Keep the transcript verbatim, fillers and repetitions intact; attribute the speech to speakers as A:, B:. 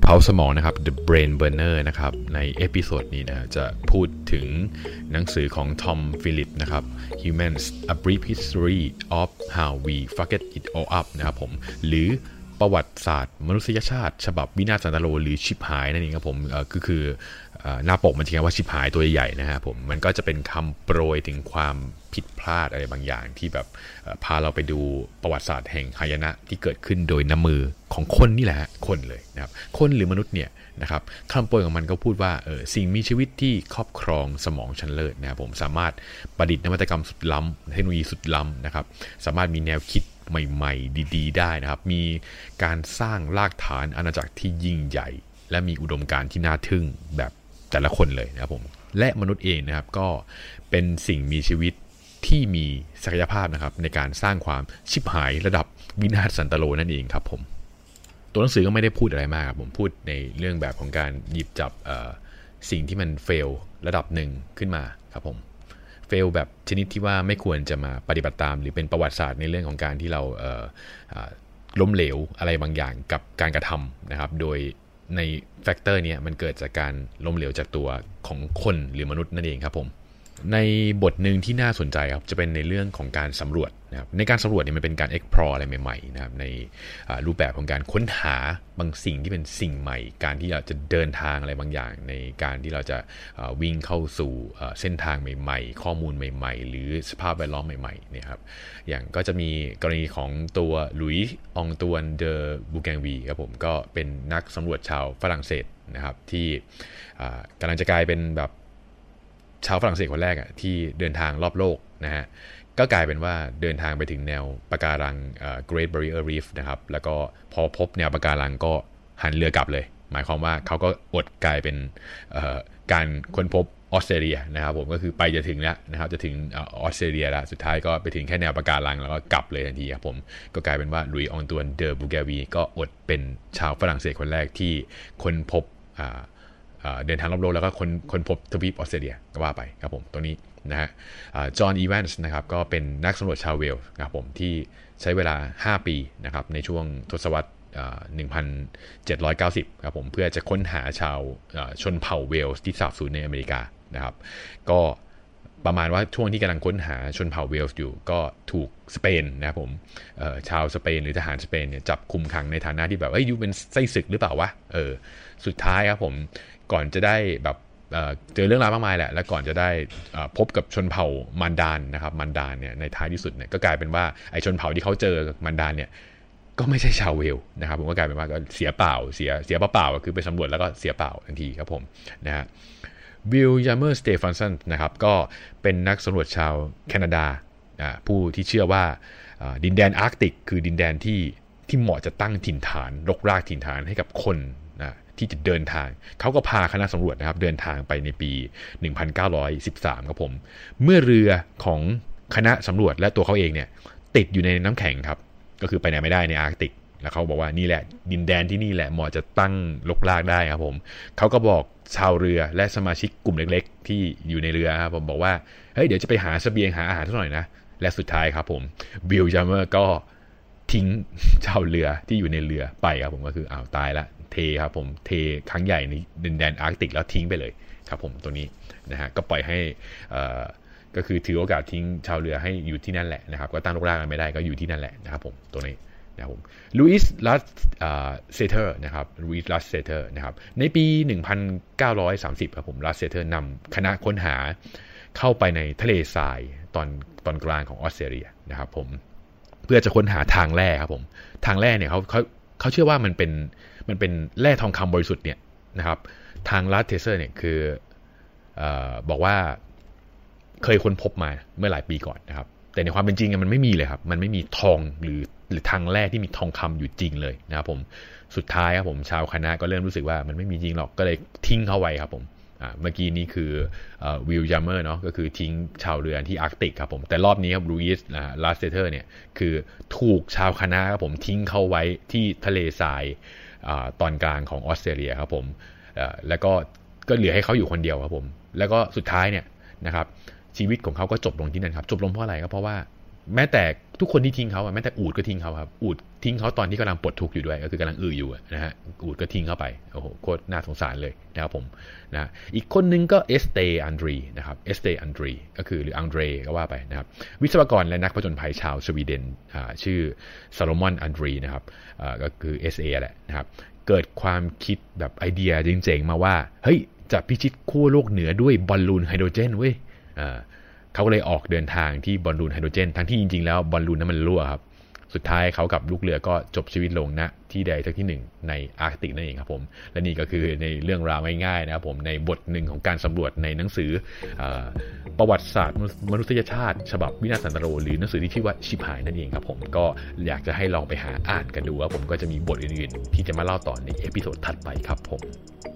A: เผาสมองนะครับ The Brain Burner นะครับในเอพิโซดนี้นะจะพูดถึงหนังสือของทอมฟิลิปนะครับ Humans A Brief History of How We Fucked It All Up นะครับผมหรือประวัติศาสตร์มนุษยชาติฉบับวินาศสันตโลหรือชิบหายนั่นเองครับผมก็คือหน้าปกมันจะเขียนว่าชิบหายตัวใหญ่ๆนะฮะผมมันก็จะเป็นคำโปรยถึงความผิดพลาดอะไรบางอย่างที่แบบพาเราไปดูประวัติศาสตร์แห่งหายนะที่เกิดขึ้นโดยน้ำมือของคนนี่แหละคนเลยนะครับคนหรือมนุษย์เนี่ยนะครับคำโปรยของมันก็พูดว่าเออสิ่งมีชีวิตที่ครอบครองสมองชั้นเลิศนะครับผมสามารถประดิษฐ์นวัตกรรมสุดล้ำเทคโนโลยีสุดล้ำนะครับสามารถมีแนวคิดใหม่ๆดีๆได้นะครับมีการสร้างรากฐานอาณาจักรที่ยิ่งใหญ่และมีอุดมการณ์ที่น่าทึ่งแบบแต่ละคนเลยนะครับผมและมนุษย์เองนะครับก็เป็นสิ่งมีชีวิตที่มีศักยภาพนะครับในการสร้างความชิบหายระดับวินาศสันตโลนั่นเองครับผมตัวหนังสือก็ไม่ได้พูดอะไรมากครับผมพูดในเรื่องแบบของการหยิบจับสิ่งที่มันเฟลระดับหนึ่งขึ้นมาครับผมเฟลแบบชนิดที่ว่าไม่ควรจะมาปฏิบัติตามหรือเป็นประวัติศาสตร์ในเรื่องของการที่เราล้มเหลวอะไรบางอย่างกับการกระทำนะครับโดยในแฟกเตอร์นี้มันเกิดจากการล้มเหลวจากตัวของคนหรือมนุษย์นั่นเองครับผมในบทหนึ่งที่น่าสนใจครับจะเป็นในเรื่องของการสำรวจนะครับในการสำรวจเนี่ยมันเป็นการ explore อะไรใหม่ๆนะครับในรูปแบบของการค้นหาบางสิ่งที่เป็นสิ่งใหม่การที่เราจะเดินทางอะไรบางอย่างในการที่เราจะวิ่งเข้าสู่เส้นทางใหม่ๆข้อมูลใหม่ๆหรือสภาพแวดล้อมใหม่ๆเนี่ยครับอย่างก็จะมีกรณีของตัวหลุยส์อองตวนเดอบูแกงวีครับผมก็เป็นนักสำรวจชาวฝรั่งเศสนะครับที่กำลังจะกลายเป็นแบบชาวฝรั่งเศสคนแรกอ่ะที่เดินทางรอบโลกนะฮะก็กลายเป็นว่าเดินทางไปถึงแนวปะการัง Great Barrier Reef นะครับแล้วก็พอพบแนวปะการังก็หันเรือกลับเลยหมายความว่าเขาก็อดกลายเป็นการค้นพบออสเตรเลียนะครับผมก็คือไปจะถึงแล้วนะครับจะถึงออสเตรเลียแล้วสุดท้ายก็ไปถึงแค่แนวปะการังแล้วก็กลับเลยทันทีครับผมก็กลายเป็นว่าลุยส์อองตวนเดอบูแกวีก็อดเป็นชาวฝรั่งเศสคนแรกที่ค้นพบเดินทางรอบโลกแล้วก็คนคนพบทวีปออสเตรเลียก็ว่าไปครับผมตัวนี้นะฮะจอห์นอีแวนส์นะครับก็เป็นนักสำรวจชาวเวลส์ครับผมที่ใช้เวลาห้าปีนะครับในช่วงทศวรรษหนึ่งพันเจ็ดร้อยเก้าสิบครับผมเพื่อจะค้นหาชาวชนเผ่าเวลส์ที่สาบสูญในอเมริกานะครับก็ประมาณว่าช่วงที่กำลังค้นหาชนเผ่าเวลส์อยู่ก็ถูกสเปนนะครับผมชาวสเปนหรือทหารสเปนเนี่ยจับคุมขังในฐานะที่แบบเอ้ยยูเป็นไส้ศึกหรือเปล่าวะเออสุดท้ายครับผมก่อนจะได้แบบเจอเรื่องราวมากมายแหละแล้วก่อนจะได้พบกับชนเผ่ามันดานนะครับมันดานเนี่ยในท้ายที่สุดเนี่ยก็กลายเป็นว่าไอ้ชนเผ่าที่เขาเจอมันดานเนี่ยก็ไม่ใช่ชาวเวลนะครับผมก็กลายเป็นว่าก็เสียเปล่าเสียเสียเปล่าคือไปสำรวจแล้วก็เสียเปล่าทันทีครับผมนะฮะวิลยัมเมอร์สเตฟันสันนะครับก็เป็นนักสำรวจชาวแคนาดาผู้ที่เชื่อว่าดินแดนอาร์กติกคือดินแดนที่ที่เหมาะจะตั้งถิ่นฐานรกรากถิ่นฐานให้กับคนนะที่จะเดินทางเขาก็พาคณะสำรวจนะครับเดินทางไปในปีหนึ่งพันเก้าร้อยสิบสามครับผมเมื่อเรือของคณะสำรวจและตัวเขาเองเนี่ยติดอยู่ในน้ำแข็งครับก็คือไปไหนไม่ได้ในอาร์กติกแล้วเขาบอกว่านี่แหละดินแดนที่นี่แหละเหมาะจะตั้งรกรากได้ครับผมเขาก็บอกชาวเรือและสมาชิกกลุ่มเล็กๆที่อยู่ในเรือครับผมบอกว่าเฮ้ยเดี๋ยวจะไปหาเสบียงหาอาหารสักหน่อยนะและสุดท้ายครับผมวิลยัมเมอร์ก็ทิ้งชาวเรือที่อยู่ในเรือไปครับผมก็คืออ้าวตายละเทครับผมเทครั้งใหญ่ในดินแดนอาร์กติกแล้วทิ้งไปเลยครับผมตัวนี้นะฮะก็ปล่อยให้ก็คือถือโอกาสทิ้งชาวเรือให้อยู่ที่นั่นแหละนะครับก็ตั้งรกรากกันไม่ได้ก็อยู่ที่นั่นแหละนะครับผมตัวนี้นะครับผมลุยส์ลัสเซเทอร์นะครับลุยส์ลัสเซเทอร์นะครับในปีหนึ่งพันเก้าร้อยสามสิบครับผมลัสเซเทอร์นำคณะค้นหาเข้าไปในทะเลทรายตอนตอนกลางของออสเตรเลียนะครับผมเพื่อจะค้นหาทางแร่ครับผมทางแร่เนี่ยเขาเขาเขาเชื่อว่ามันเป็นมันเป็นแร่ทองคำบริสุทธิ์เนี่ยนะครับทางลัสเซเทอร์เนี่ยคือเอ่อบอกว่าเคยค้นพบมาเมื่อหลายปีก่อนนะครับแต่ในความเป็นจริงมันไม่มีเลยครับมันไม่มีทองหรือหรือทางแร่ที่มีทองคำอยู่จริงเลยนะครับผมสุดท้ายครับผมชาวคณะก็เริ่มรู้สึกว่ามันไม่มีจริงหรอกก็เลยทิ้งเขาไว้ครับผมอ่าเมื่อกี้นี้คือวิลยัมเมอร์เนาะก็คือทิ้งชาวเรือที่อาร์กติกครับผมแต่รอบนี้ครับลุยส์ลัสเซเทอร์เนี่ยคือถูกชาวคณะครับผมทิ้งเขาไว้ที่ทะเลทรายตอนกลางของออสเตรเลียครับผมแล้วก็ก็เหลือให้เขาอยู่คนเดียวครับผมแล้วก็สุดท้ายเนี่ยนะครับชีวิตของเขาก็จบลงที่นั่นครับจบลงเพราะอะไรครับเพราะว่าแม้แต่ทุกคนที่ทิ้งเขาแม้แต่อูฐก็ทิ้งเขาครับอูฐทิ้งเขาตอนที่กำลังปลดทุกข์อยู่ด้วยก็คือกำลังอืออยู่นะฮะอูดก็ทิ้งเข้าไปโอ้โหโคตรน่าสงสารเลยนะครับผมนะอีกคนนึงก็เอสเตอันดรีนะครับเอสเตอันดรีก็คือหรืออังเดรก็ว่าไปนะครับวิศวกรและนักผจญภัยชาวสวีเดนชื่อซาโลมอนอันดรีนะครับก็คือ เอส เอ แหละนะครับเกิดความคิดแบบไอเดียเจ๋งๆมาว่าเฮ้ยจะพิชิตขั้วโลกเหนือด้วยบอลลูนไฮโดรเจนเว้ยเขาก็เลยออกเดินทางที่บอลลูนไฮโดรเจนทั้งที่จริงๆแล้วบอลลูนนั้นมันรั่วครับสุดท้ายเขากับลูกเรือก็จบชีวิตลงณที่ใดสักที่หนึ่งในอาร์กติกนั่นเองครับผมและนี่ก็คือในเรื่องราวง่ายๆนะครับผมในบทหนึ่งของการสำรวจในหนังสือประวัติศาสตร์มนุษยชาติฉบับวินาศสันตโรหรือหนังสือที่ชื่อว่าชิบหายนั่นเองครับผมก็อยากจะให้ลองไปหาอ่านกันดูว่าผมก็จะมีบทอื่นๆที่จะมาเล่าต่อในเอพิโซดถัดไปครับผม